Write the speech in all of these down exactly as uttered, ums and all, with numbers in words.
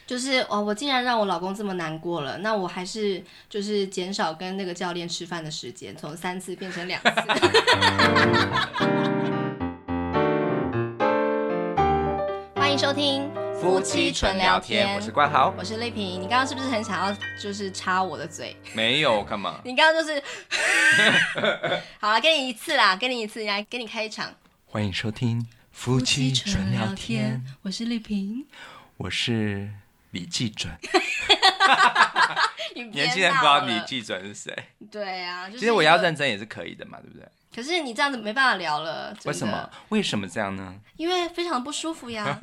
就是哦，我竟然让我老公这么难过了，那我还是就是减少跟那个教练吃饭的时间，从三次变成两次。欢迎收听夫妻纯聊天，我是冠豪， 我是丽萍。你刚刚是不是很想要就是插我的嘴？ 没有，干嘛？ 你刚刚就是好了，给你一次啦，给你一次，来给你开场。 欢迎收听夫妻纯聊天， 我是丽萍， 我是李济准。 年轻人不知道李济准是谁？ 对啊，就是、 其实我要认真也是可以的嘛，对不对？ 可是你这样子没办法聊了。 为什么？为什么这样呢？ 因为非常不舒服呀。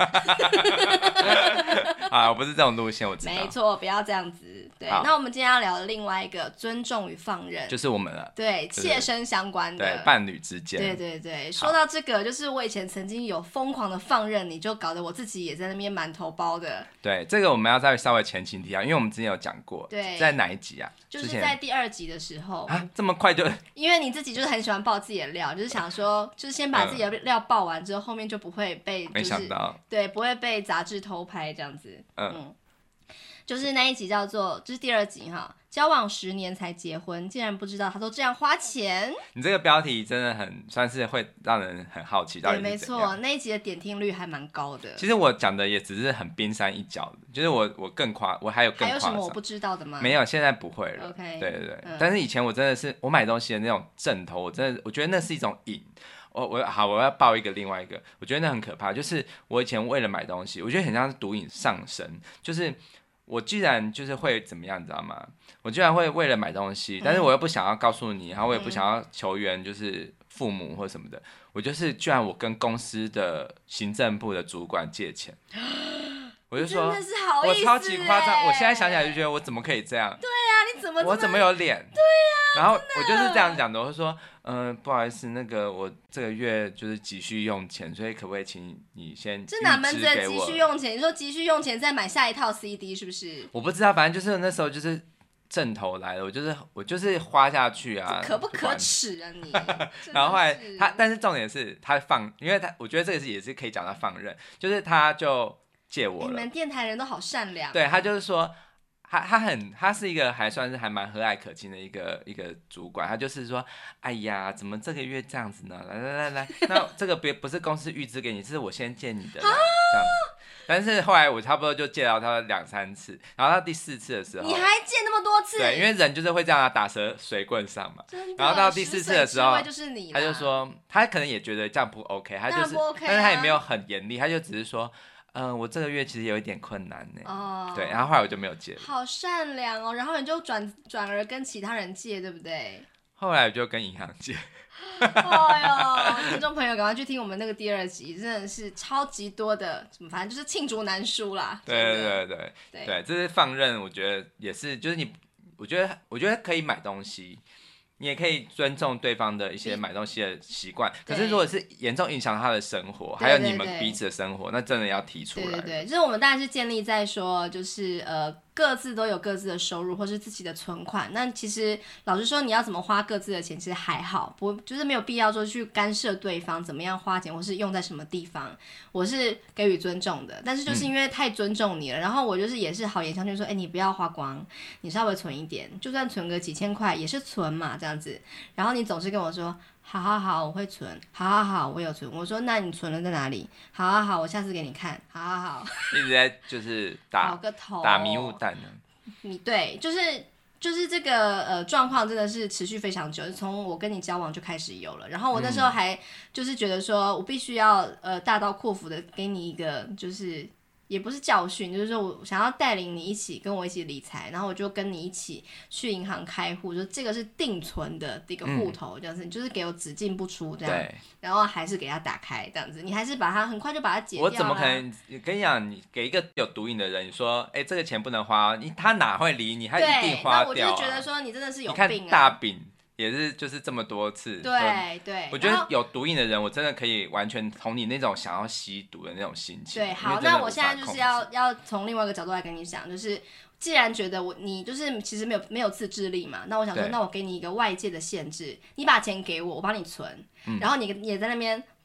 啊，我不是这种路线，我知道。 没错，不要这样子。对，那我们今天要聊的另外一个尊重与放任， 就是我们了。 对，切身相关的， 对，伴侣之间。 对对对，说到这个，就是我以前曾经有疯狂的放任，你就搞得我自己也在那边满头包的。 对，这个我们要再稍微前情提要，因为我们之前有讲过。 对， 在哪一集啊？ 就是在第二集的时候啊，这么快就？ 因为你自己就是很喜欢爆自己的料，就是想说，就是先把自己的料爆完之后，后面就不会被、就是， 没想到， 对，不会被杂志偷拍这样子。 嗯， 嗯就是那一集叫做，就是第二集哈，交往十年才结婚，竟然不知道他都这样花钱。 你这个标题真的很算是会让人很好奇，到底是怎样。 对，没错，那一集的点听率还蛮高的。 其实我讲的也只是很冰山一角的，就是我我更夸，我还有更夸张。 还有什么我不知道的吗？ 没有，现在不会了。 OK， 对对对、 嗯， 但是以前我真的是我买东西的那种阵头，我真的我觉得那是一种瘾。我我好，我要报一个另外一个，我觉得那很可怕，就是我以前为了买东西，我觉得很像是毒瘾上身，就是我居然就是会怎么样，你知道吗？我居然会为了买东西，但是我又不想要告诉你，然后我也不想要求援，就是父母或什么的，我就是居然我跟公司的行政部的主管借钱。我就说， 真的是好意思， 我超级夸张，我现在想起来就觉得我怎么可以这样？ 对啊，你怎么我怎么有脸？ 对啊， 然后我就是这样讲的，我就说，嗯、呃，不好意思，那个我这个月就是急需用钱，所以可不可以请你先这哪门子的急需用钱？你说急需用钱再买下一套 C D 是不是？ 我不知道，反正就是那时候就是阵头来了，我就是我就是花下去啊， 可不可耻啊你？ 然后后来他，但是重点是他放，因为他我觉得这个是也是可以讲到放任，就是他就借我了。 你们电台人都好善良。 对，他就是说，他他很他是一个还算是还蛮和蔼可亲的一个一个主管，他就是说，哎呀，怎么这个月这样子呢？来来来来，那这个别不是公司预支给你，是我先借你的啦，这样子。但是后来我差不多就借到他两三次，然后到第四次的时候， 你还借那么多次？ 对，因为人就是会这样打蛇随棍上嘛。然后到第四次的时候， 就是你他就说，他可能也觉得这样不 OK， 他就是， OK 啊、 但是他也没有很严厉，他就只是说。嗯、呃，我这个月其实有一点困难呢。 哦， 对，然后后来我就没有借了。 好善良哦，然后你就转转而跟其他人借，对不对？ 后来我就跟银行借。 哎呦，听众朋友，赶快去听我们那个第二集，真的是超级多的，什么反正就是罄竹难书啦。 对对对对 对, 对，这是放任，我觉得也是，就是你，我觉得我觉得可以买东西。你也可以尊重对方的一些买东西的习惯，可是如果是严重影响他的生活，还有你们彼此的生活，那真的要提出来。 对对对，就是我们当然是建立在说，就是呃各自都有各自的收入或是自己的存款。那其实老实说，你要怎么花各自的钱，其实还好，不就是没有必要说去干涉对方怎么样花钱或是用在什么地方。我是给予尊重的，但是就是因为太尊重你了，嗯、然后我就是也是好言相劝说，哎，你不要花光，你稍微存一点，就算存个几千块也是存嘛，这样。这样子，然后你总是跟我说，好好好，我会存，好好好，我有存。我说，那你存了在哪里？好好好，我下次给你看，好好好。 一直在就是打个头打迷雾弹呢。 你对，就是就是这个呃状况真的是持续非常久，从我跟你交往就开始有了。然后我那时候还就是觉得说我必须要呃大刀阔斧的给你一个就是。也不是教训，就是说我想要带领你一起跟我一起理财，然后我就跟你一起去银行开户，就这个是定存的一个户头，这样子，嗯、你就是给我只进不出这样，然后还是给他打开这样子，你还是把它很快就把它解掉啦。 我怎么可能？跟你讲，你给一个有毒瘾的人，你说，哎、欸，这个钱不能花，你他哪会理你？他一定花掉、啊。 那我就觉得说你真的是有病、啊。 你看大饼。也是就是这么多次， 对对， 我觉得有毒瘾的人，我真的可以完全同你那种想要吸毒的那种心情。 对，好，那我现在就是要要从另外一个角度来跟你讲，就是既然觉得我你就是其实没有没有自制力嘛，那我想说，那我给你一个外界的限制，你把钱给我，我帮你存，嗯、然后你也在那边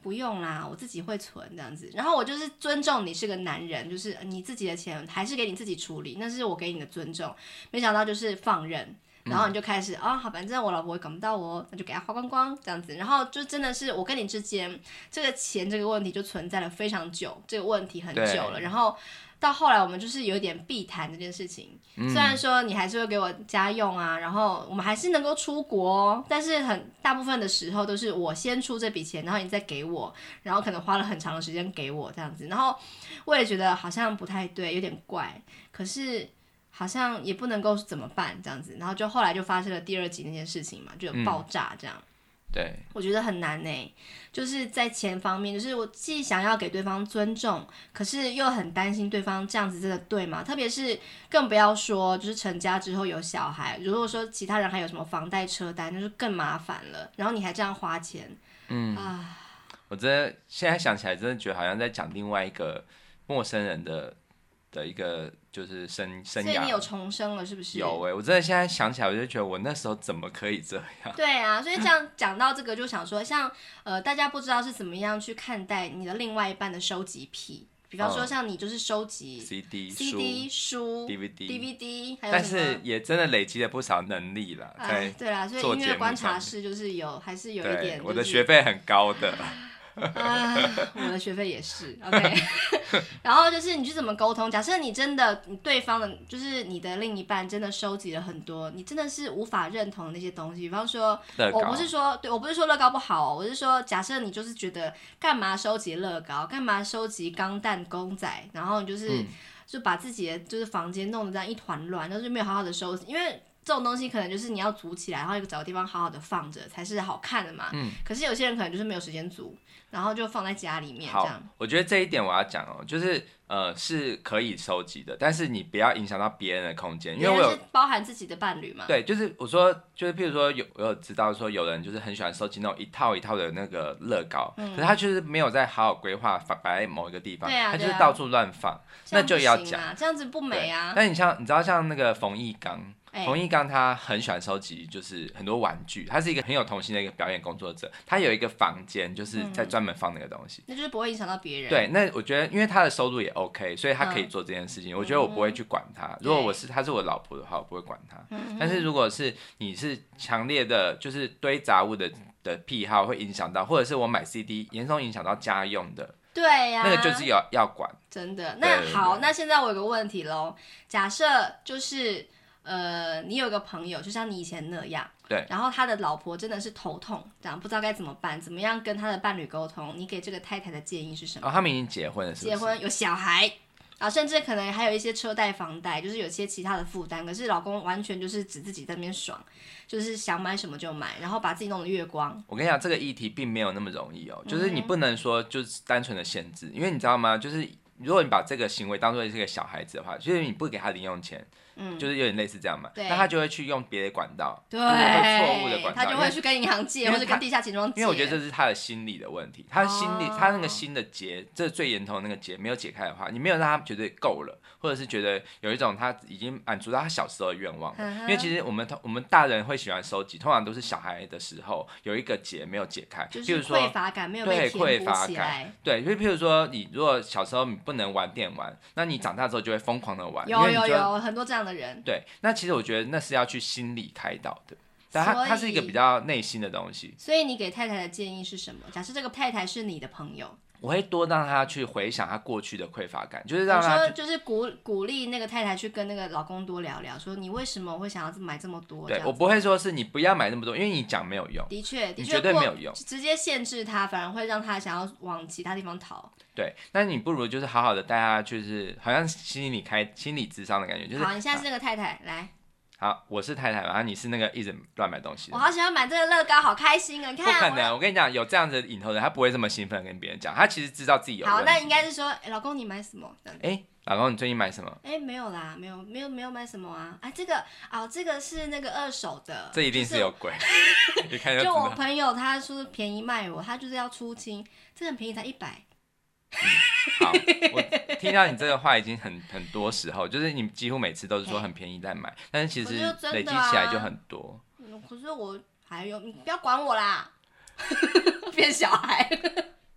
不用啦，我自己会存这样子。然后我就是尊重你是个男人，就是你自己的钱还是给你自己处理，那是我给你的尊重。没想到就是放任。然后你就开始啊、嗯哦，好，反正我老婆也管不到我，那就给她花光光这样子。然后就真的是我跟你之间这个钱这个问题就存在了非常久，这个问题很久了。然后到后来我们就是有点避谈这件事情、嗯，虽然说你还是会给我家用啊，然后我们还是能够出国，但是很大部分的时候都是我先出这笔钱，然后你再给我，然后可能花了很长的时间给我这样子。然后我也觉得好像不太对，有点怪，可是。好像也不能够怎么办这样子，然后就后来就发生了第二集那件事情嘛，就有爆炸这样。嗯、 对， 我觉得很难呢，就是在钱方面，就是我既想要给对方尊重，可是又很担心对方这样子真的对吗？特别是更不要说就是成家之后有小孩，如果说其他人还有什么房贷车贷，那就更麻烦了。然后你还这样花钱，嗯啊， 我真的现在想起来，真的觉得好像在讲另外一个陌生人的。的一个就是生生涯， 所以你有重生了是不是？ 有哎、欸，我真的现在想起来，我就觉得我那时候怎么可以这样？ 对啊，所以这样讲到这个，就想说，像呃，大家不知道是怎么样去看待你的另外一半的收集癖，比方说像你就是收集 C D、 C D、书、 D V D、 D V D， 还有但是也真的累积了不少能力啦。 哎，对啦，所以音乐观察室就是有，还是有一点、就是。 我的学费很高的。 啊，我的学费也是 OK 然后就是你去怎么沟通，假设你真的你对方的就是你的另一半真的收集了很多你真的是无法认同的那些东西，比方说我不是说对我不是说乐高不好、哦、我是说假设你就是觉得干嘛收集乐高，干嘛收集钢弹公仔，然后你就是、嗯、就把自己的就是房间弄得这样一团乱，然后就没有好好的收集，因为这种东西可能就是你要组起来，然后找个地方好好的放着才是好看的嘛、嗯、可是有些人可能就是没有时间组，然后就放在家里面这样。 我觉得这一点我要讲哦，就是呃是可以收集的，但是你不要影响到别人的空间，因为我有是包含自己的伴侣嘛。 对，就是我说，就是譬如说有我有知道说有人就是很喜欢收集那种一套一套的那个乐高、嗯，可是他就是没有在好好规划摆在某一个地方， 对啊， 他就是到处乱放，那就要讲， 这样子不美啊。 但你像你知道像那个冯翊纲。冯翊纲他很喜欢收集，就是很多玩具，他是一个很有童心的一个表演工作者。他有一个房间，就是在专门放那个东西、嗯， 那就是不会影响到别人。 对，那我觉得因为他的收入也 OK， 所以他可以做这件事情。嗯、我觉得我不会去管他。如果我是他是我老婆的话，我不会管他。嗯、但是如果是你是强烈的，就是堆杂物的的癖好，会影响到，或者是我买 C D 严重影响到家用的。 对呀、啊， 那个就是要要管。 真的。那好，那现在我有个问题咯，假设就是。呃，你有个朋友，就像你以前那样， 对， 然后他的老婆真的是头痛，这样不知道该怎么办，怎么样跟他的伴侣沟通？你给这个太太的建议是什么？ 哦，他们已经结婚了是不是， 结婚有小孩，啊，甚至可能还有一些车贷、房贷，就是有些其他的负担。可是老公完全就是只自己在那边爽，就是想买什么就买，然后把自己弄得月光。 我跟你讲，这个议题并没有那么容易哦，就是你不能说就是单纯的限制，因为你知道吗？就是如果你把这个行为当作是一个小孩子的话，就是你不给他零用钱。嗯，就是有点类似这样嘛，那他就会去用别的管道， 对， 会错误的管道， 他就会去跟银行借，或者跟地下钱庄借。 因为我觉得这是他的心理的问题，他的心理，哦、他那个心的结，这最严重的那个结没有解开的话，你没有让他觉得够了，或者是觉得有一种他已经满足到他小时候的愿望了、嗯。因为其实我们我们大人会喜欢收集，通常都是小孩的时候有一个结没有解开， 就是匮乏感没有被填补起来。 对，所以譬如说你如果小时候你不能玩电玩，那你长大之后就会疯狂的玩。 有有有很多这样的人。 对。那其实我觉得那是要去心理开导的，但它它是一个比较内心的东西。 所以你给太太的建议是什么？假设这个太太是你的朋友， 我会多让她去回想她过去的匮乏感，就是让她说就是鼓鼓励那个太太去跟那个老公多聊聊，说你为什么会想要买这么多？ 对，我不会说是你不要买那么多，因为你讲没有用。 的确，的确绝对没有用， 直接限制他，反而会让他想要往其他地方逃。 对，那你不如就是好好的带他，就是好像心理开心理咨商的感觉，就是好，你现在是那个太太来。 好，我是太太，然后你是那个一直乱买东西。 我好喜欢买这个乐高，好开心啊！你看， 不可能，我跟你讲，有这样子的瘾头人，他不会这么兴奋跟别人讲，他其实知道自己有问题。 好，那应该是说，欸、老公你买什么？ 哎、欸，老公你最近买什么？ 哎、欸，没有啦，没有，没有，没有买什么啊？啊，这个啊、哦，这个是那个二手的， 这一定是有鬼，一看就知道。 就我朋友他说便宜卖我，他就是要出清，这很便宜，才一百。 嗯、好，我听到你这个话已经很很多时候，就是你几乎每次都是说很便宜在买，但是其实累积起来就很多。 可是我还有，你不要管我啦，变小孩。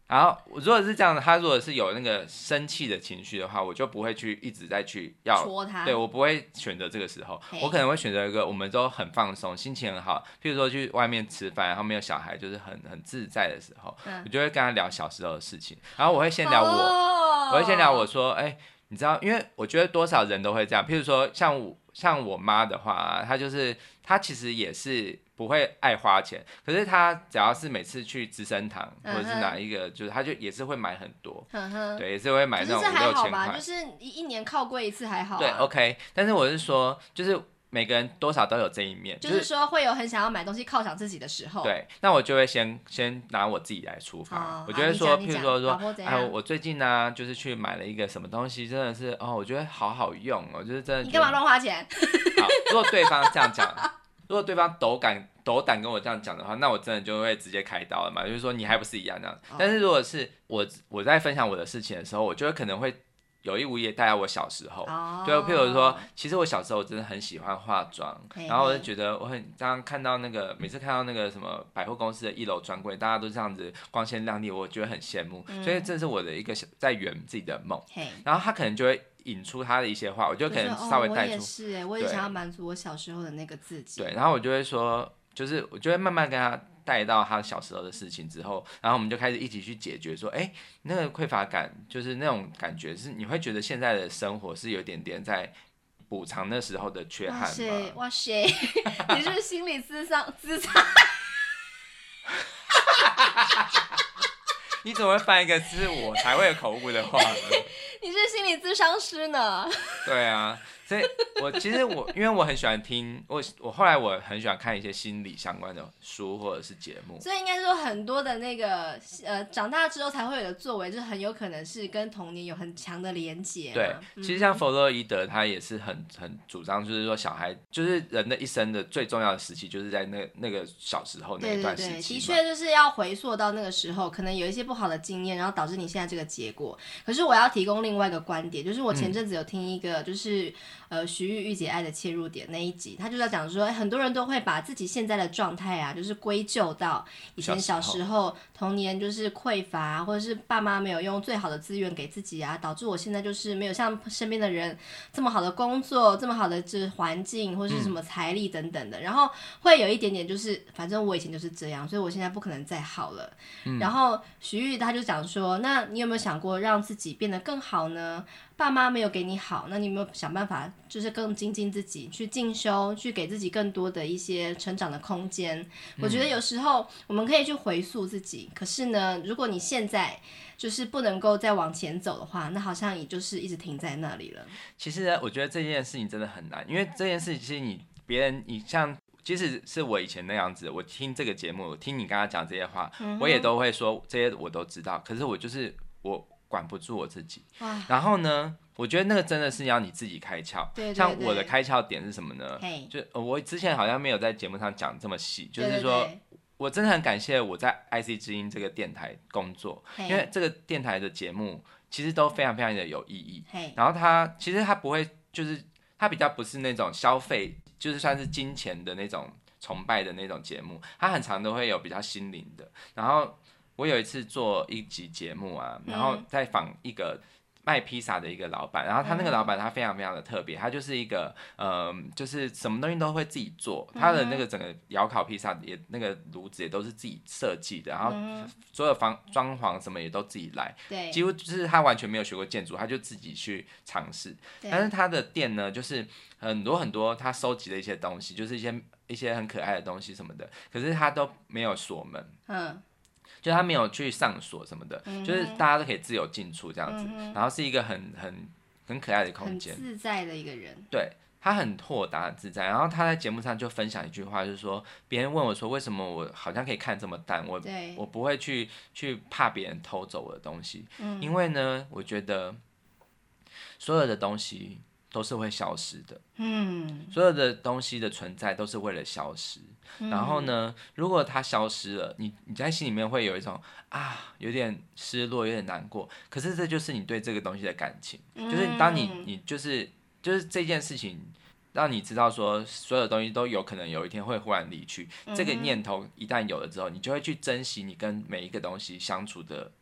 然后如果是这样的，他如果是有那个生气的情绪的话，我就不会去一直在去要戳他， 对我不会选择这个时候，我可能会选择一个我们都很放松、心情很好，譬如说去外面吃饭，然后没有小孩，就是很很自在的时候，嗯、我就会跟他聊小时候的事情，然后我会先聊我，哦、我会先聊我说，哎、欸，你知道，因为我觉得多少人都会这样，譬如说像我像我妈的话、啊，她就是她其实也是。不会爱花钱，可是他只要是每次去资生堂、嗯、或者是哪一个，就是他就也是会买很多，嗯、对，也是会买那种五六千块。 就是一年靠柜一次还好、啊。 对 ，OK。但是我是说，就是每个人多少都有这一面， 就是说会有很想要买东西犒赏自己的时候。 对，那我就会先先拿我自己来出发，哦、我就会说，譬如说说，哎，我最近呢、啊，就是去买了一个什么东西，真的是哦，我觉得好好用哦，就是真的。 你干嘛乱花钱？ 好，如果对方这样讲。如果对方斗胆斗胆跟我这样讲的话，那我真的就会直接开刀了嘛，就是说你还不是一样这样。Oh. 但是如果是我我在分享我的事情的时候，我就会可能会有意无意带到我小时候， oh. 就譬如说，其实我小时候真的很喜欢化妆， hey, 然后我就觉得我很刚刚看到那个每次看到那个什么百货公司的一楼专柜，大家都这样子光鲜亮丽，我觉得很羡慕，嗯、所以这是我的一个在圆自己的梦。Hey. 然后他可能就会。引出他的一些话，我就可能稍微带出。 哦、我也是哎，我也想要满足我小时候的那个自己。 对，然后我就会说，就是我就会慢慢跟他带到他小时候的事情之后，然后我们就开始一起去解决，说，哎，那个匮乏感，就是那种感觉是你会觉得现在的生活是有点点在补偿那时候的缺憾吗？ 哇塞，哇塞，你是心理咨商咨商。 你怎么会翻一个是我才会有口误的话呢？ 你是心理咨商师呢？ 对啊，所以我其实我因为我很喜欢听我我后来我很喜欢看一些心理相关的书或者是节目， 所以应该说很多的那个呃长大之后才会有的作为，就很有可能是跟童年有很强的连结。 对，嗯、其实像弗洛伊德他也是很很主张，就是说小孩就是人的一生的最重要的时期，就是在那那个小时候那一段时期。 对对对，的确就是要回溯到那个时候，可能有一些不好的经验，然后导致你现在这个结果。可是我要提供另外一个观点，就是我前阵子有听一个就是。嗯呃，徐玉御姐爱的切入点那一集，他就在讲说，很多人都会把自己现在的状态啊，就是归咎到以前小时候童年就是匮乏，或者是爸妈没有用最好的资源给自己啊，导致我现在就是没有像身边的人这么好的工作，这么好的这环境，或是什么财力等等的，嗯、然后会有一点点就是，反正我以前就是这样，所以我现在不可能再好了。嗯、然后徐玉他就讲说，那你有没有想过让自己变得更好呢？爸妈没有给你好，那你有没有想办法，就是更精进自己，去进修，去给自己更多的一些成长的空间？我觉得有时候我们可以去回溯自己，可是呢，如果你现在就是不能够再往前走的话，那好像也就是一直停在那里了。 其实呢，我觉得这件事情真的很难，因为这件事情其实你别人，你像。即使是我以前那样子，我听这个节目，我听你刚刚讲这些话，嗯、我也都会说这些我都知道，可是我就是我管不住我自己。然后呢，我觉得那个真的是要你自己开窍。 对对对， 像我的开窍点是什么呢？就我之前好像没有在节目上讲这么细，就是说，对对对，我真的很感谢我在 I C 之音这个电台工作，因为这个电台的节目其实都非常非常的有意义。然后它其实它不会，就是它比较不是那种消费。就是算是金钱的那种崇拜的那种节目，它很常都会有比较心灵的。然后我有一次做一集节目啊，然后在访一个卖披萨的一个老板，然后他那个老板他非常非常的特别，他就是一个呃，就是什么东西都会自己做，他的那个整个窑烤披萨也那个炉子也都是自己设计的，然后所有房装潢什么也都自己来，对，几乎就是他完全没有学过建筑，他就自己去尝试。但是他的店呢，就是很多很多他收集的一些东西，就是一些一些很可爱的东西什么的，可是他都没有锁门，嗯。就他没有去上锁什么的，嗯、就是大家都可以自由进出这样子，嗯、然后是一个很很很可爱的空间， 很自在的一个人。 对，他很豁达很自在。然后他在节目上就分享一句话，就是说别人问我说为什么我好像可以看这么淡，我我不会去去怕别人偷走我的东西，嗯、因为呢，我觉得所有的东西都是会消失的，嗯，所有的东西的存在都是为了消失。然后呢，如果它消失了，你你在心里面会有一种啊，有点失落，有点难过。可是这就是你对这个东西的感情，嗯、就是当你你就是就是这件事情，让你知道说所有东西都有可能有一天会忽然离去。嗯、这个念头一旦有了之后，你就会去珍惜你跟每一个东西相处的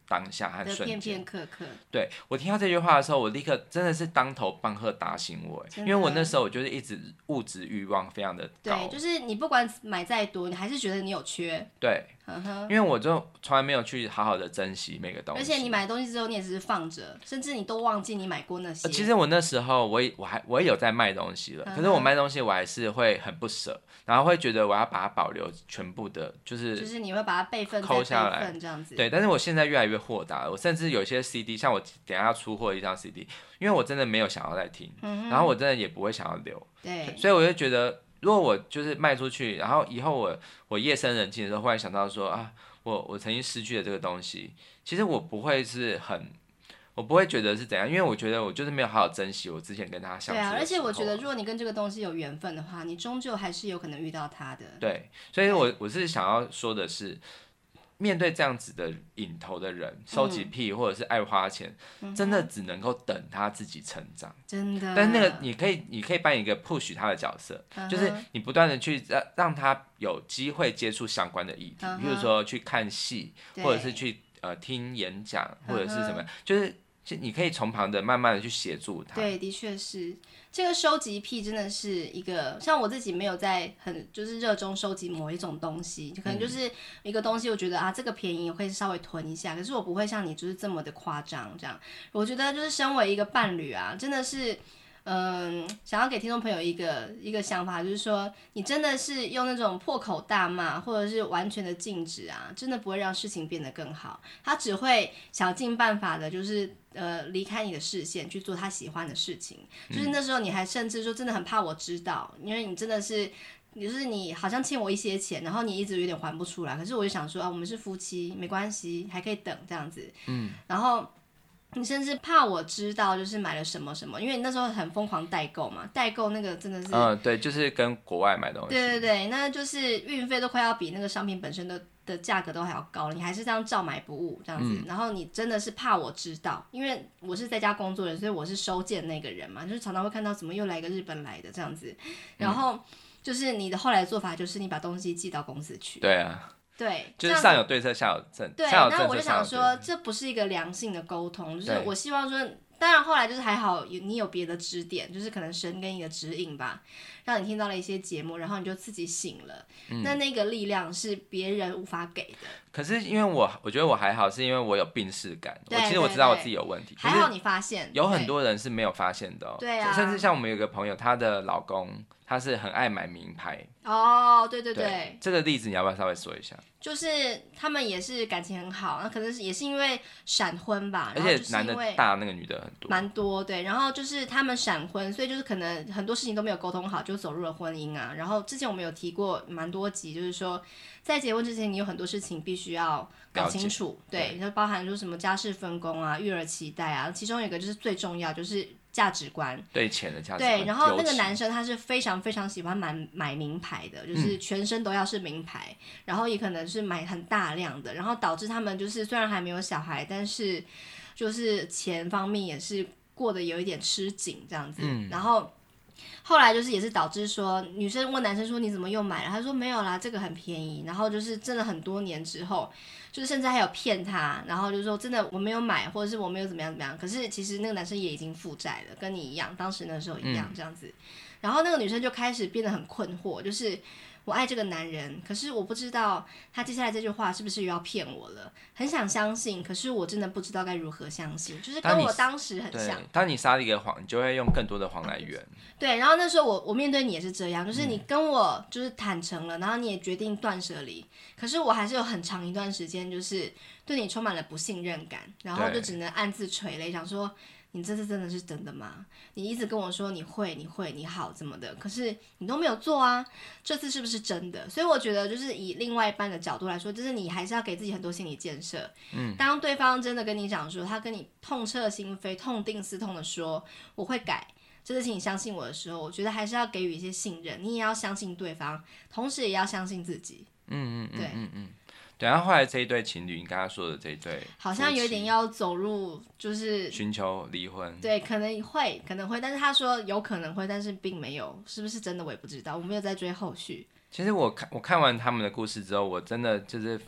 当下和瞬间。 片片刻刻。 对，我听到这句话的时候，我立刻真的是当头棒喝打醒我，因为我那时候我就是一直物质欲望非常的高。 对，就是你不管买再多，你还是觉得你有缺。 对。因为我就从来没有去好好的珍惜每个东西， 而且你买东西之后，你也只是放着，甚至你都忘记你买过那些。 其实我那时候我也我还我也有在卖东西了，可是我卖东西我还是会很不舍，然后会觉得我要把它保留全部的，就是就是你会把它备份抠下来这样子。 对，但是我现在越来越豁达了，我甚至有些 C D， 像我等一下要出货一张 C D， 因为我真的没有想要再听，嗯、然后我真的也不会想要留， 对， 所以我就觉得。如果我就是卖出去，然后以后我我夜深人静的时候，忽然想到说啊，我我曾经失去了这个东西，其实我不会是很，我不会觉得是怎样，因为我觉得我就是没有好好珍惜我之前跟他相处的时候。 对啊，而且我觉得如果你跟这个东西有缘分的话，你终究还是有可能遇到他的。 对，所以我我是想要说的是。面对这样子的瘾头的人，收集癖或者是爱花钱，嗯、真的只能够等他自己成长。 真的。 但是那个你可以，你可以扮演一个 push 他的角色，嗯、就是你不断的去让让他有机会接触相关的议题，嗯、比如说去看戏，或者是去呃听演讲，或者是什么，嗯、就是你可以从旁的慢慢的去协助他。 对，的确是。这个收集癖真的是一个，像我自己没有在很就是热衷收集某一种东西，可能就是一个东西，我觉得啊这个便宜我可以稍微囤一下，可是我不会像你就是这么的夸张这样。我觉得就是身为一个伴侣啊，真的是。嗯，想要给听众朋友一个一个想法，就是说，你真的是用那种破口大骂，或者是完全的禁止啊，真的不会让事情变得更好。他只会想尽办法的，就是呃离开你的视线，去做他喜欢的事情。就是那时候你还甚至说真的很怕我知道，因为你真的是。就是你好像欠我一些钱，然后你一直有点还不出来，可是我就想说啊，我们是夫妻，没关系，还可以等这样子。嗯，然后。你甚至怕我知道，就是买了什么什么，因为你那时候很疯狂代购嘛，代购那个真的是， 嗯，对，就是跟国外买东西， 对对对，那就是运费都快要比那个商品本身的的价格都还要高了，你还是这样照买不误这样子，嗯、然后你真的是怕我知道，因为我是在家工作的人，所以我是收件那个人嘛，就是常常会看到怎么又来个日本来的这样子，然后就是你的后来的做法就是你把东西寄到公司去， 对啊。 对， 就是上有对策，下有政策。 对，那我就想说，这不是一个良性的沟通，就是我希望说，当然后来就是还好，你有别的指点，就是可能神给你的指引吧，让你听到了一些节目，然后你就自己醒了。嗯、那那个力量是别人无法给的。 可是因为我我觉得我还好，是因为我有病识感，我其实我知道我自己有问题。 还好你发现。 有很多人是没有发现的、哦， 对啊， 甚至像我们有个朋友，她的老公他是很爱买名牌。 哦，对对 对, 对， 这个例子你要不要稍微说一下？ 就是他们也是感情很好，那可能是也是因为闪婚吧， 而且男的大，那个女的很多， 蛮多对。然后就是他们闪婚，所以就是可能很多事情都没有沟通好，就走入了婚姻啊。然后之前我们有提过蛮多集，就是说在结婚之前，你有很多事情必须要搞清楚，对，就包含说什么家事分工啊、育儿期待啊，其中有一个就是最重要，就是价值观， 对钱的价值观。 对，然后那个男生他是非常非常喜欢买买名牌的，就是全身都要是名牌，嗯、然后也可能是买很大量的，然后导致他们就是虽然还没有小孩，但是就是钱方面也是过得有一点吃紧这样子，嗯、然后。后来就是也是导致说，女生问男生说你怎么又买了？他说没有啦，这个很便宜。然后就是真的很多年之后，就是甚至还有骗他，然后就说真的我没有买，或者是我没有怎么样怎么样。可是其实那个男生也已经负债了，跟你一样，当时那时候一样这样子。嗯、然后那个女生就开始变得很困惑，就是我爱这个男人，可是我不知道他接下来这句话是不是又要骗我了。很想相信，可是我真的不知道该如何相信，就是跟我当时很像。 当你撒了一个谎，你就会用更多的谎来圆。 对，然后那时候我我面对你也是这样，就是你跟我就是坦诚了，然后你也决定断舍离，可是我还是有很长一段时间就是对你充满了不信任感，然后就只能暗自垂泪，想说你这次真的是真的吗？你一直跟我说你会你会你好怎么的，可是你都没有做啊，这次是不是真的？所以我觉得就是以另外一半的角度来说，就是你还是要给自己很多心理建设。嗯，当对方真的跟你讲说，他跟你痛彻心扉、痛定思痛的说我会改。这次请你相信我的时候，我觉得还是要给予一些信任，你也要相信对方，同时也要相信自己。 嗯嗯嗯，对嗯嗯。对，然后后来这一对情侣，你刚刚说的这一对， 好像有点要走入就是寻求离婚。 对，可能会，可能会，但是他说有可能会，但是并没有，是不是真的我也不知道，我没有在追后续。 其实我看我看完他们的故事之后，我真的就是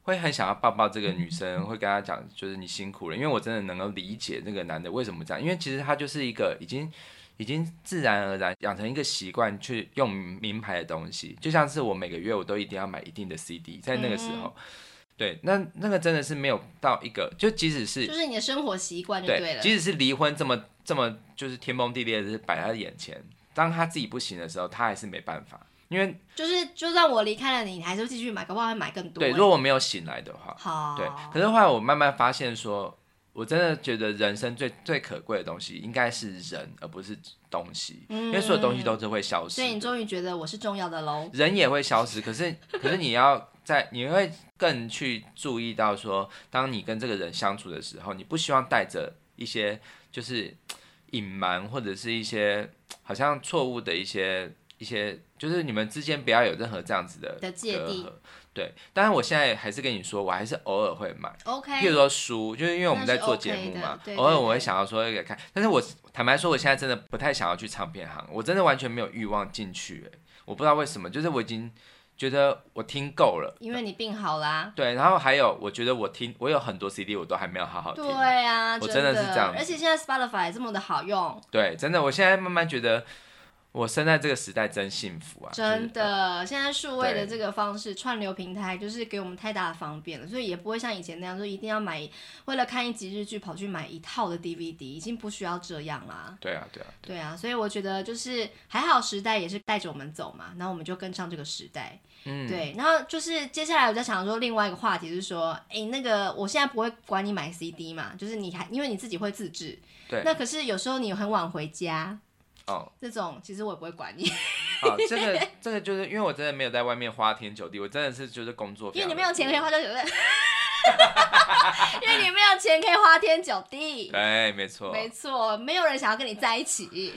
会很想要抱抱这个女生，会跟她讲就是你辛苦了，因为我真的能够理解那个男的为什么这样，因为其实他就是一个已经已经自然而然养成一个习惯去用名牌的东西，就像是我每个月我都一定要买一定的 C D， 在那个时候。嗯，对，那那个真的是没有到一个，就即使是就是你的生活习惯就对了， 对，即使是离婚这么这么就是天崩地裂的是摆在他眼前，当他自己不行的时候，他还是没办法，因为就是就算我离开了你，你还是继续买，搞不好会买更多。 对，如果我没有醒来的话， 好， 对。可是后来我慢慢发现说，我真的觉得人生最最可贵的东西应该是人，而不是东西，嗯，因为所有东西都是会消失。 所以你终于觉得我是重要的喽？ 人也会消失，可是可是你要。在你会更去注意到说，当你跟这个人相处的时候，你不希望带着一些就是隐瞒或者是一些好像错误的一些一些，就是你们之间不要有任何这样子的的芥蒂。 对，当然我现在还是跟你说，我还是偶尔会买。 OK。 譬如说书，就是因为我们在做节目嘛， OK 对对对， 偶尔我会想要说给看，但是我坦白说，我现在真的不太想要去唱片行，我真的完全没有欲望进去，欸，我不知道为什么，就是我已经。觉得我听够了， 因为你病好啦。 对，然后还有，我觉得我听，我有很多 C D 我都还没有好好听。 对啊， 我真的是这样。 而且现在 Spotify 这么的好用。 对，真的，我现在慢慢觉得，我生在这个时代真幸福啊！ 真的，就是，现在数位的这个方式，串流平台就是给我们太大的方便了，所以也不会像以前那样说一定要买，为了看一集日剧跑去买一套的 D V D， 已经不需要这样啦。 对啊，对啊， 对啊，所以我觉得就是还好，时代也是带着我们走嘛，然后我们就跟上这个时代。嗯，对，然后就是接下来我在想说另外一个话题是说，哎，那个我现在不会管你买 C D 嘛，就是你还因为你自己会自制， 对， 那可是有时候你很晚回家， 哦， 这种其实我也不会管你。 哦，这个这个就是因为我真的没有在外面花天酒地，我真的是就是工作， 因为你没有钱可以花天酒地。因为你没有钱可以花天酒地。 对，没错， 没错，没有人想要跟你在一起。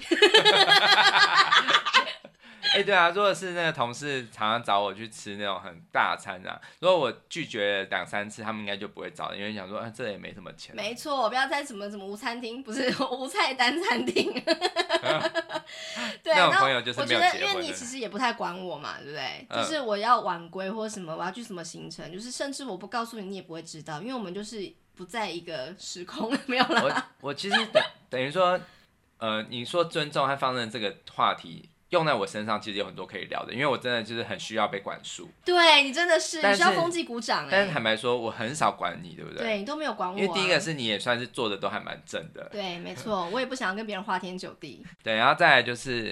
哎、欸，对啊，如果是那个同事常常找我去吃那种很大餐啊，如果我拒绝了两三次，他们应该就不会找，因为想说，啊，这也没什么钱。 没错，不要在什么什么无餐厅，不是无菜单餐厅。对， 那种朋友就是没有结婚的。 我觉得，因为你其实也不太管我嘛，对不对？嗯、就是我要晚归或什么，我要去什么行程，就是甚至我不告诉你，你也不会知道，因为我们就是不在一个时空，没有啦。 我我其实等等于说，呃，你说尊重和放任这个话题。用在我身上其实有很多可以聊的，因为我真的就是很需要被管束。 对，你真的是，你需要风纪鼓掌。欸、 但是坦白说，我很少管你，对不对？ 对，你都没有管我、啊。 因为第一个是你也算是做的都还蛮正的。 对，没错，我也不想要跟别人花天酒地。 对，然后再来就是，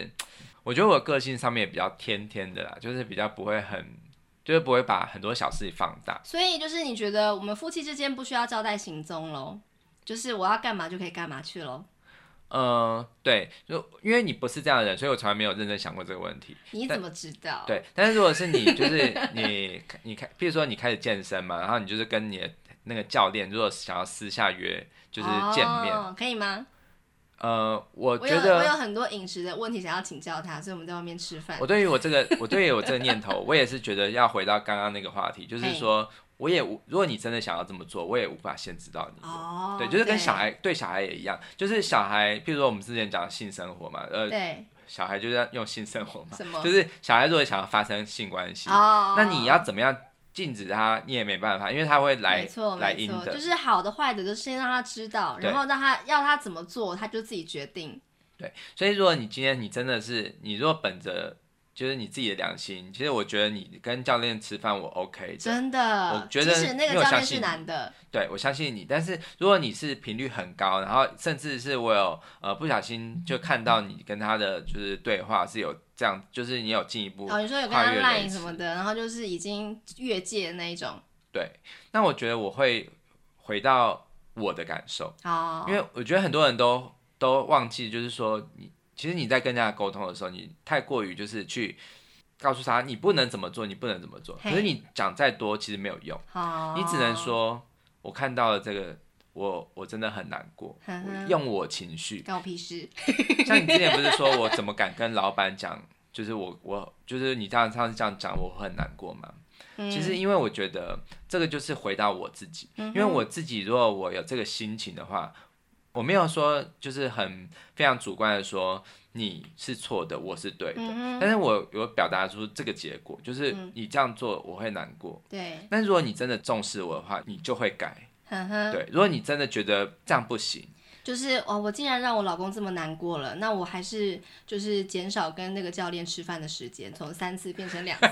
我觉得我个性上面也比较天天的啦，就是比较不会很，就是不会把很多小事放大。 所以就是你觉得我们夫妻之间不需要交代行踪咯，就是我要干嘛就可以干嘛去咯。 呃，对，就因为你不是这样的人，所以我从来没有认真想过这个问题。 你怎么知道？ 对，但是如果是你，就是你，你开，譬如说你开始健身嘛，然后你就是跟你的那个教练，如果想要私下约，就是见面， 哦、可以吗？ 呃，我觉得我 有, 我有很多饮食的问题想要请教他，所以我们在外面吃饭。 我对于我这个，我对于我这个念头，我也是觉得要回到刚刚那个话题，就是说。我也无，如果你真的想要这么做，我也无法限制到你。哦，对，就是跟小孩 对, 对小孩也一样，就是小孩，譬如说我们之前讲的性生活嘛，呃， 对， 小孩就是要用性生活嘛， 什么？ 就是小孩如果想要发生性关系，哦，那你要怎么样禁止他，你也没办法，因为他会来没错来阴的， 就是好的坏的都先让他知道，然后让他要他怎么做，他就自己决定。 对，所以如果你今天你真的是，你如果本着。就是你自己的良心，其实我觉得你跟教练吃饭我 OK 的， 真的， 我觉得即使那个教练是男的， 对，我相信你。但是如果你是频率很高，然后甚至是我有呃不小心就看到你跟他的就是对话是有这样，就是你有进一步哦，你说有跟他 line 什么的，然后就是已经越界的那一种。 对，那我觉得我会回到我的感受，哦，因为我觉得很多人都都忘记，就是说你。其实你在跟人家沟通的时候，你太过于就是去告诉他你不能怎么做，你不能怎么做。可是你讲再多其实没有用，你只能说我看到了这个，我我真的很难过，我用我情绪。 关我屁事。 像你之前不是说我怎么敢跟老板讲，就是我我就是你这样上次这样讲，我很难过吗？嗯、其实因为我觉得这个就是回到我自己，嗯、因为我自己如果我有这个心情的话。 我没有说就是很非常主观的说你是错的，我是对的， 嗯、 但是我有表达出这个结果，就是你这样做我会难过， 嗯、对。 但如果你真的重视我的话，你就会改。 呵呵对，如果你真的觉得这样不行， 就是哦，我竟然让我老公这么难过了，那我还是就是减少跟那个教练吃饭的时间，从三次变成两次。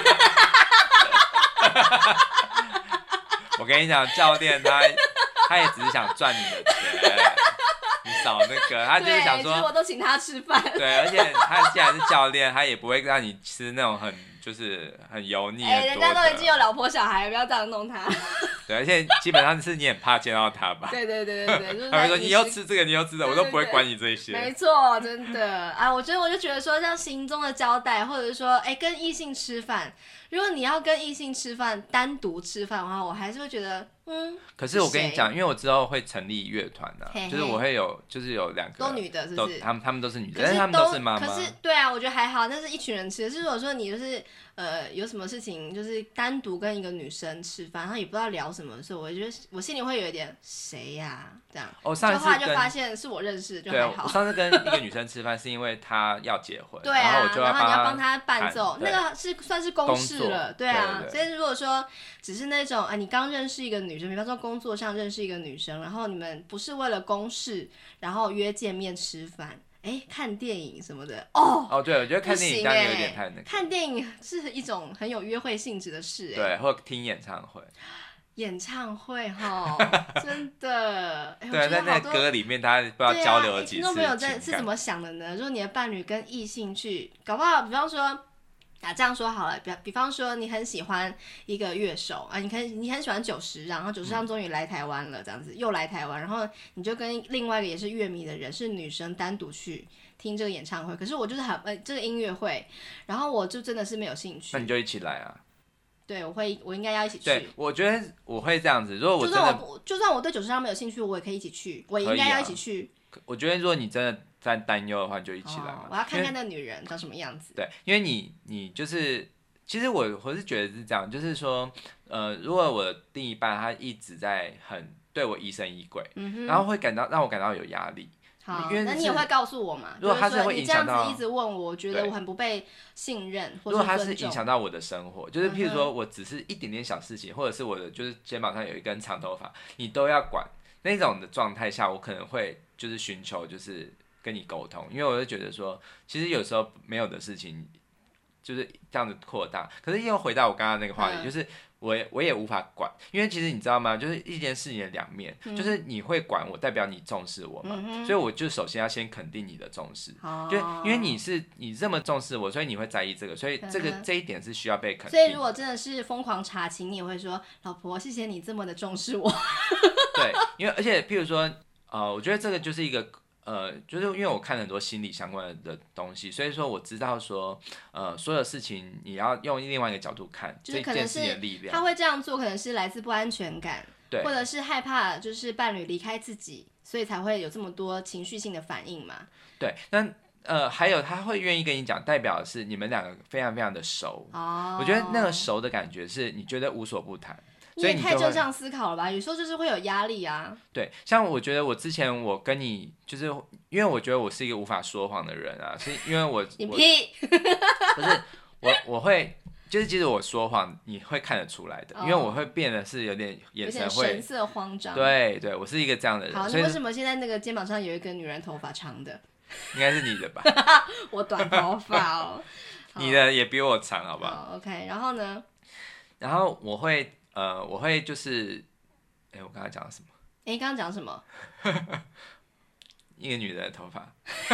我跟你讲，教练他他也只是想赚你的钱，你少那个，他就是想说， 对，我都请他吃饭。 对，而且他既然是教练，他也不会让你吃那种很就是很油腻的。哎、 欸，人家都已经有老婆小孩了，不要这样弄他。 对，而且基本上是你很怕见到他吧？ 对对对对对，就是他会说你又吃这个，你又吃这个，我都不会管你这些。 没错，真的啊，我觉得我就觉得说，像行踪的交代，或者是说，哎、欸，跟异性吃饭，如果你要跟异性吃饭，单独吃饭的话，我还是会觉得，嗯。 可是我跟你讲，因为我之后会成立乐团的， 嘿嘿就是我会有，就是有两个都女的，是不是？ 他们他们都是女的， 可是但是他们都是妈妈。 可是对啊，我觉得还好，但是一群人吃。是如果说你就是呃有什么事情，就是单独跟一个女生吃饭，然后也不知道聊什么的时候，我觉得我心里会有一点谁呀、啊、这样。 哦，上一次后来就发现是我认识，就还好。 我上次跟一个女生吃饭是因为她要结婚， 对啊， 然后我就要然后你要帮她伴奏，那个是算是公事了，对啊。 对对对， 所以如果说只是那种啊，你刚认识一个女生，比方说工作上认识一个女生，然后你们不是为了公事，然后约见面吃饭。哎，看电影什么的哦哦，对，我觉得看电影这样有点太那个。 看电影是一种很有约会性质的事， 对，或听演唱会。 演唱会哈，真的。 对，在那个歌里面，大家不知道交流了几次。听众朋友在是怎么想的呢？如果你的伴侣跟异性去，搞不好，比方说。啊，这样说好了，比比方说你很喜欢一个乐手啊，你可你很喜欢久石让，然后久石让终于来台湾了，这样子又来台湾，然后你就跟另外一个也是乐迷的人，是女生单独去听这个演唱会，可是我就是很呃这个音乐会，然后我就真的是没有兴趣。 那你就一起来啊。 对，我会，我应该要一起去。 对，我觉得我会这样子。如果我真的， 就算我就算我对久石让没有兴趣，我也可以一起去，我应该要一起去。 啊、我觉得如果你真的在担忧的话，你就一起来嘛、 哦。我要看看那女人长什么样子。 对，因为你你就是。其实我我是觉得是这样，就是说，呃，如果我的另一半他一直在很对我疑神疑鬼，嗯、然后会感到让我感到有压力。 好，那你也会告诉我嘛？ 如果他是会影响到， 你这样子一直问我，我觉得我很不被信任，或者如果他是影响到我的生活，就是譬如说我只是一点点小事情，或者是我的就是肩膀上有一根长头发，你都要管那种的状态下，我可能会就是寻求就是跟你沟通，因为我就觉得说，其实有时候没有的事情。就是这样子扩大，可是又回到我刚刚那个话题，嗯、就是我也我也无法管，因为其实你知道吗？就是一件事情的两面，嗯、就是你会管我，代表你重视我嘛，嗯、所以我就首先要先肯定你的重视，哦、就因为你是你这么重视我，所以你会在意这个，所以这个、嗯、这一点是需要被肯定。 所以如果真的是疯狂查情，你也会说老婆，谢谢你这么的重视我。 对，因为而且譬如说，呃，我觉得这个就是一个。呃，就是因为我看很多心理相关的东西，所以说我知道说，呃，所有事情你要用另外一个角度看， 就是可能是他会这样做，可能是来自不安全感， 对， 或者是害怕就是伴侣离开自己，所以才会有这么多情绪性的反应嘛。 对，那呃，还有他会愿意跟你讲，代表的是你们两个非常非常的熟。哦，我觉得那个熟的感觉是你觉得无所不谈。 你也太正向思考了吧？有时候就是会有压力啊。 对，像我觉得我之前我跟你就是因为我觉得我是一个无法说谎的人啊，是因为我你屁， 不是我我会就是其实我说谎你会看得出来的，哦、因为我会变得是有点眼神会神色慌张。 对对，我是一个这样的人。 好，那为什么现在那个肩膀上有一个女人头发长的？ 应该是你的吧？ 我短头发哦。 你的也比我长，好不好？ 好 OK， 然后呢？ 然后我会。呃，我会就是，哎，我刚才讲了什么？ 哎，你刚刚讲什么？ 一个女人的头发。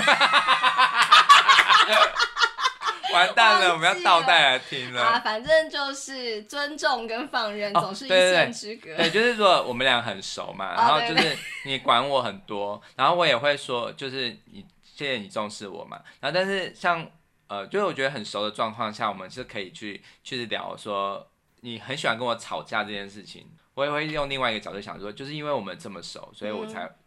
完蛋了，我们要倒带来听了。 啊，反正就是尊重跟放任、哦、总是一线之隔。 对, 对, 对, 对，就是说我们俩很熟嘛，然后就是你管我很多，然后我也会说，就是你谢谢你重视我嘛。然后但是像呃，就是我觉得很熟的状况下，我们是可以去去聊说。你很喜欢跟我吵架这件事情，我也会用另外一个角度想说，就是因为我们这么熟，所以我才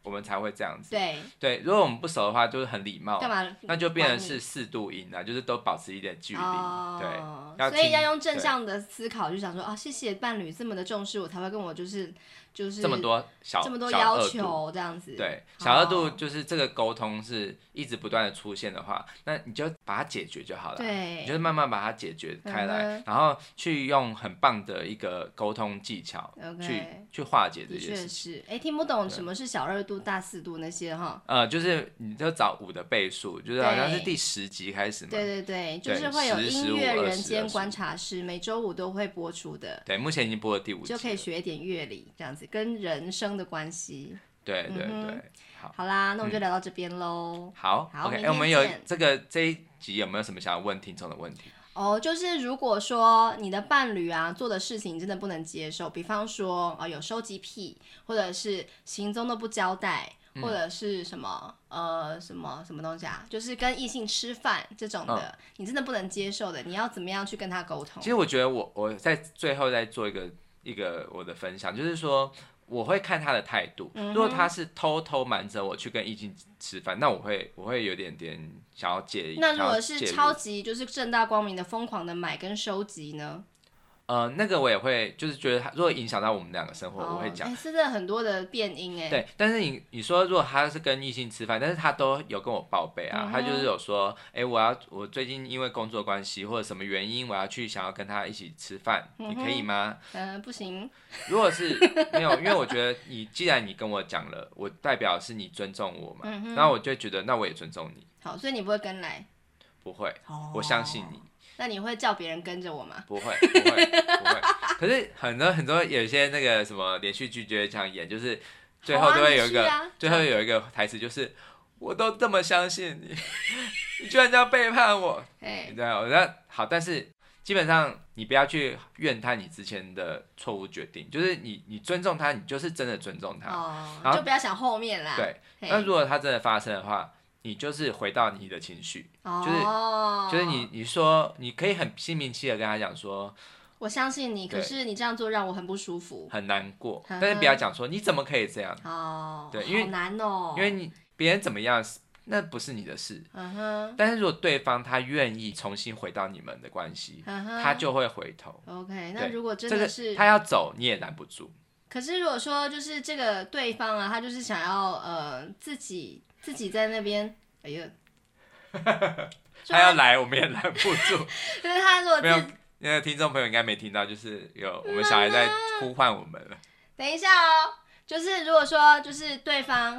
我们才会这样子。 对对，如果我们不熟的话，就是很礼貌， 干嘛？ 那就变成是适度音啊，就是都保持一点距离。 哦、 对， 所以要用正向的思考，就想说啊，谢谢伴侣这么的重视我，才会跟我就是就是这么多小这么多要求这样子。 对，小二度就是这个沟通是一直不断的出现的话，那你就把它解决就好了。 对， 你就是慢慢把它解决开来，嗯、然后去用很棒的一个沟通技巧去、okay. 去化解这件事情。 的确是，哎，听不懂什么是小二度、大四度那些哈。 呃，就是你就找五的倍数，就是好像是第十集开始嘛。 对对对，就是会有音乐人间观察室，每周五都会播出的。 对，目前已经播了第五集， 就可以学一点乐理，这样子跟人生的关系。 对对对，嗯、 好，好啦，那我们就聊到这边喽、 嗯。好， 好 ，OK， 我们有这个这一集有没有什么想要问听众的问题？ 哦，就是如果说你的伴侣啊做的事情你真的不能接受，比方说呃有收集癖，或者是行踪都不交代，嗯、或者是什么呃什么什么东西啊，就是跟异性吃饭这种的、嗯，你真的不能接受的，你要怎么样去跟他沟通？ 其实我觉得我我在最后再做一个一个我的分享，就是说。我会看他的态度，如果他是偷偷瞒着我去跟异性吃饭，那我会我会有点点想要介意。 那如果是超级就是正大光明的疯狂的买跟收集呢？ 呃，那个我也会，就是觉得他如果影响到我们两个生活，哦、我会讲。 哎、欸，是真的很多的变因哎。 对，但是你你说如果他是跟异性吃饭，但是他都有跟我报备啊，嗯、他就是有说，哎、欸，我要我最近因为工作关系或者什么原因，我要去想要跟他一起吃饭、嗯，你可以吗？ 嗯、呃，不行。 如果是没有，因为我觉得你既然你跟我讲了，我代表是你尊重我嘛，嗯、然后我就觉得那我也尊重你。 好，所以你不会跟来？ 不会，哦、我相信你。 那你会叫别人跟着我吗？ 不会，不会，不会。可是很多很多有一些那个什么连续剧就会这样演，就是最后都会有一个，啊、最后有一个台词就是我都这么相信你，你居然这样背叛我。你知道，我觉得好，但是基本上你不要去怨叹你之前的错误决定，就是你你尊重他，你就是真的尊重他， 哦、然后就不要想后面啦。 对，那如果他真的发生的话。你就是回到你的情绪，哦、就是就是你你说你可以很心平气和跟他讲说， 我相信你，可是你这样做让我很不舒服， 很难过，但是不要讲说你怎么可以这样， 哦， 对，因为好难哦， 因为你别人怎么样那不是你的事，嗯哼，但是如果对方他愿意重新回到你们的关系，嗯、他就会回头。 OK， 那如果真的是、 这个、他要走，你也拦不住。 可是如果说就是这个对方啊，他就是想要呃自己。自己在那边，哎呀， 他要来，我们也拦不住。 就是他如果没有，那个听众朋友应该没听到，就是有我们小孩在呼唤我们了。 等一下哦，就是如果说就是对方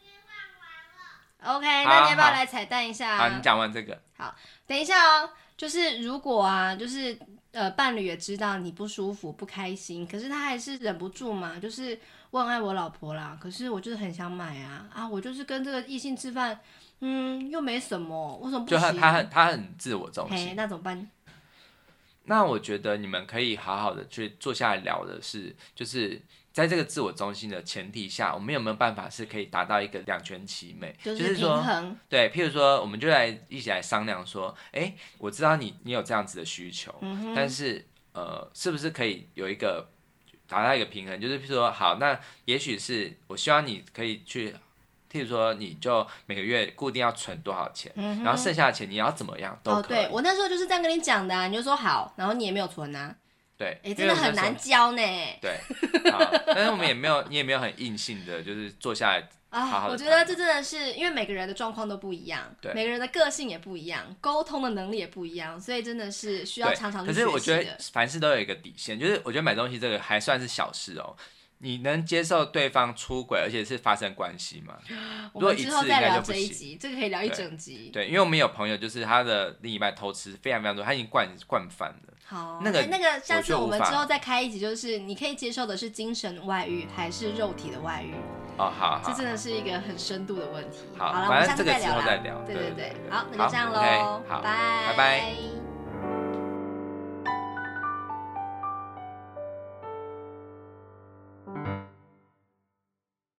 ，OK， 那你要不要来彩蛋一下？ 好，你讲完这个。 好，等一下哦，就是如果啊，就是呃，伴侣也知道你不舒服、不开心，可是他还是忍不住嘛，就是。我很爱我老婆啦，可是我就是很想买啊啊！我就是跟这个异性吃饭，嗯，又没什么，为什么不行？ 就他他很他很自我中心， 那怎么办？ 那我觉得你们可以好好的去坐下来聊的是，就是在这个自我中心的前提下，我们有没有办法是可以达到一个两全其美， 就是平衡。 就是、对，譬如说，我们就来一起来商量说，哎，我知道你你有这样子的需求，嗯、但是呃，是不是可以有一个？达到一个平衡，就是譬如说，好，那也许是我希望你可以去，譬如说，你就每个月固定要存多少钱，嗯、然后剩下的钱你要怎么样都可以。哦， 对，我那时候就是这样跟你讲的、啊，你就说好，然后你也没有存啊。 对， 哎、欸，真的很难教呢。 对，好，但是我们也没有，你也没有很硬性的，就是坐下来。 啊，我觉得这真的是因为每个人的状况都不一样，对，每个人的个性也不一样，沟通的能力也不一样，所以真的是需要常常去学习的。 可是我觉得凡事都有一个底线，就是我觉得买东西这个还算是小事哦。你能接受对方出轨，而且是发生关系吗？ 我们之后再聊这一集，这个可以聊一整集。 对，因为我们有朋友就是他的另一半偷吃非常非常多，他已经惯惯犯了。 好， 那个、 欸、那个，下次我们之后再开一集，就是你可以接受的是精神外遇还是肉体的外遇？ 哦，好，好， 这真的是一个很深度的问题。 好， 好了，我们下次再聊啦。对对对，好，那就这样喽， 好， 拜拜拜。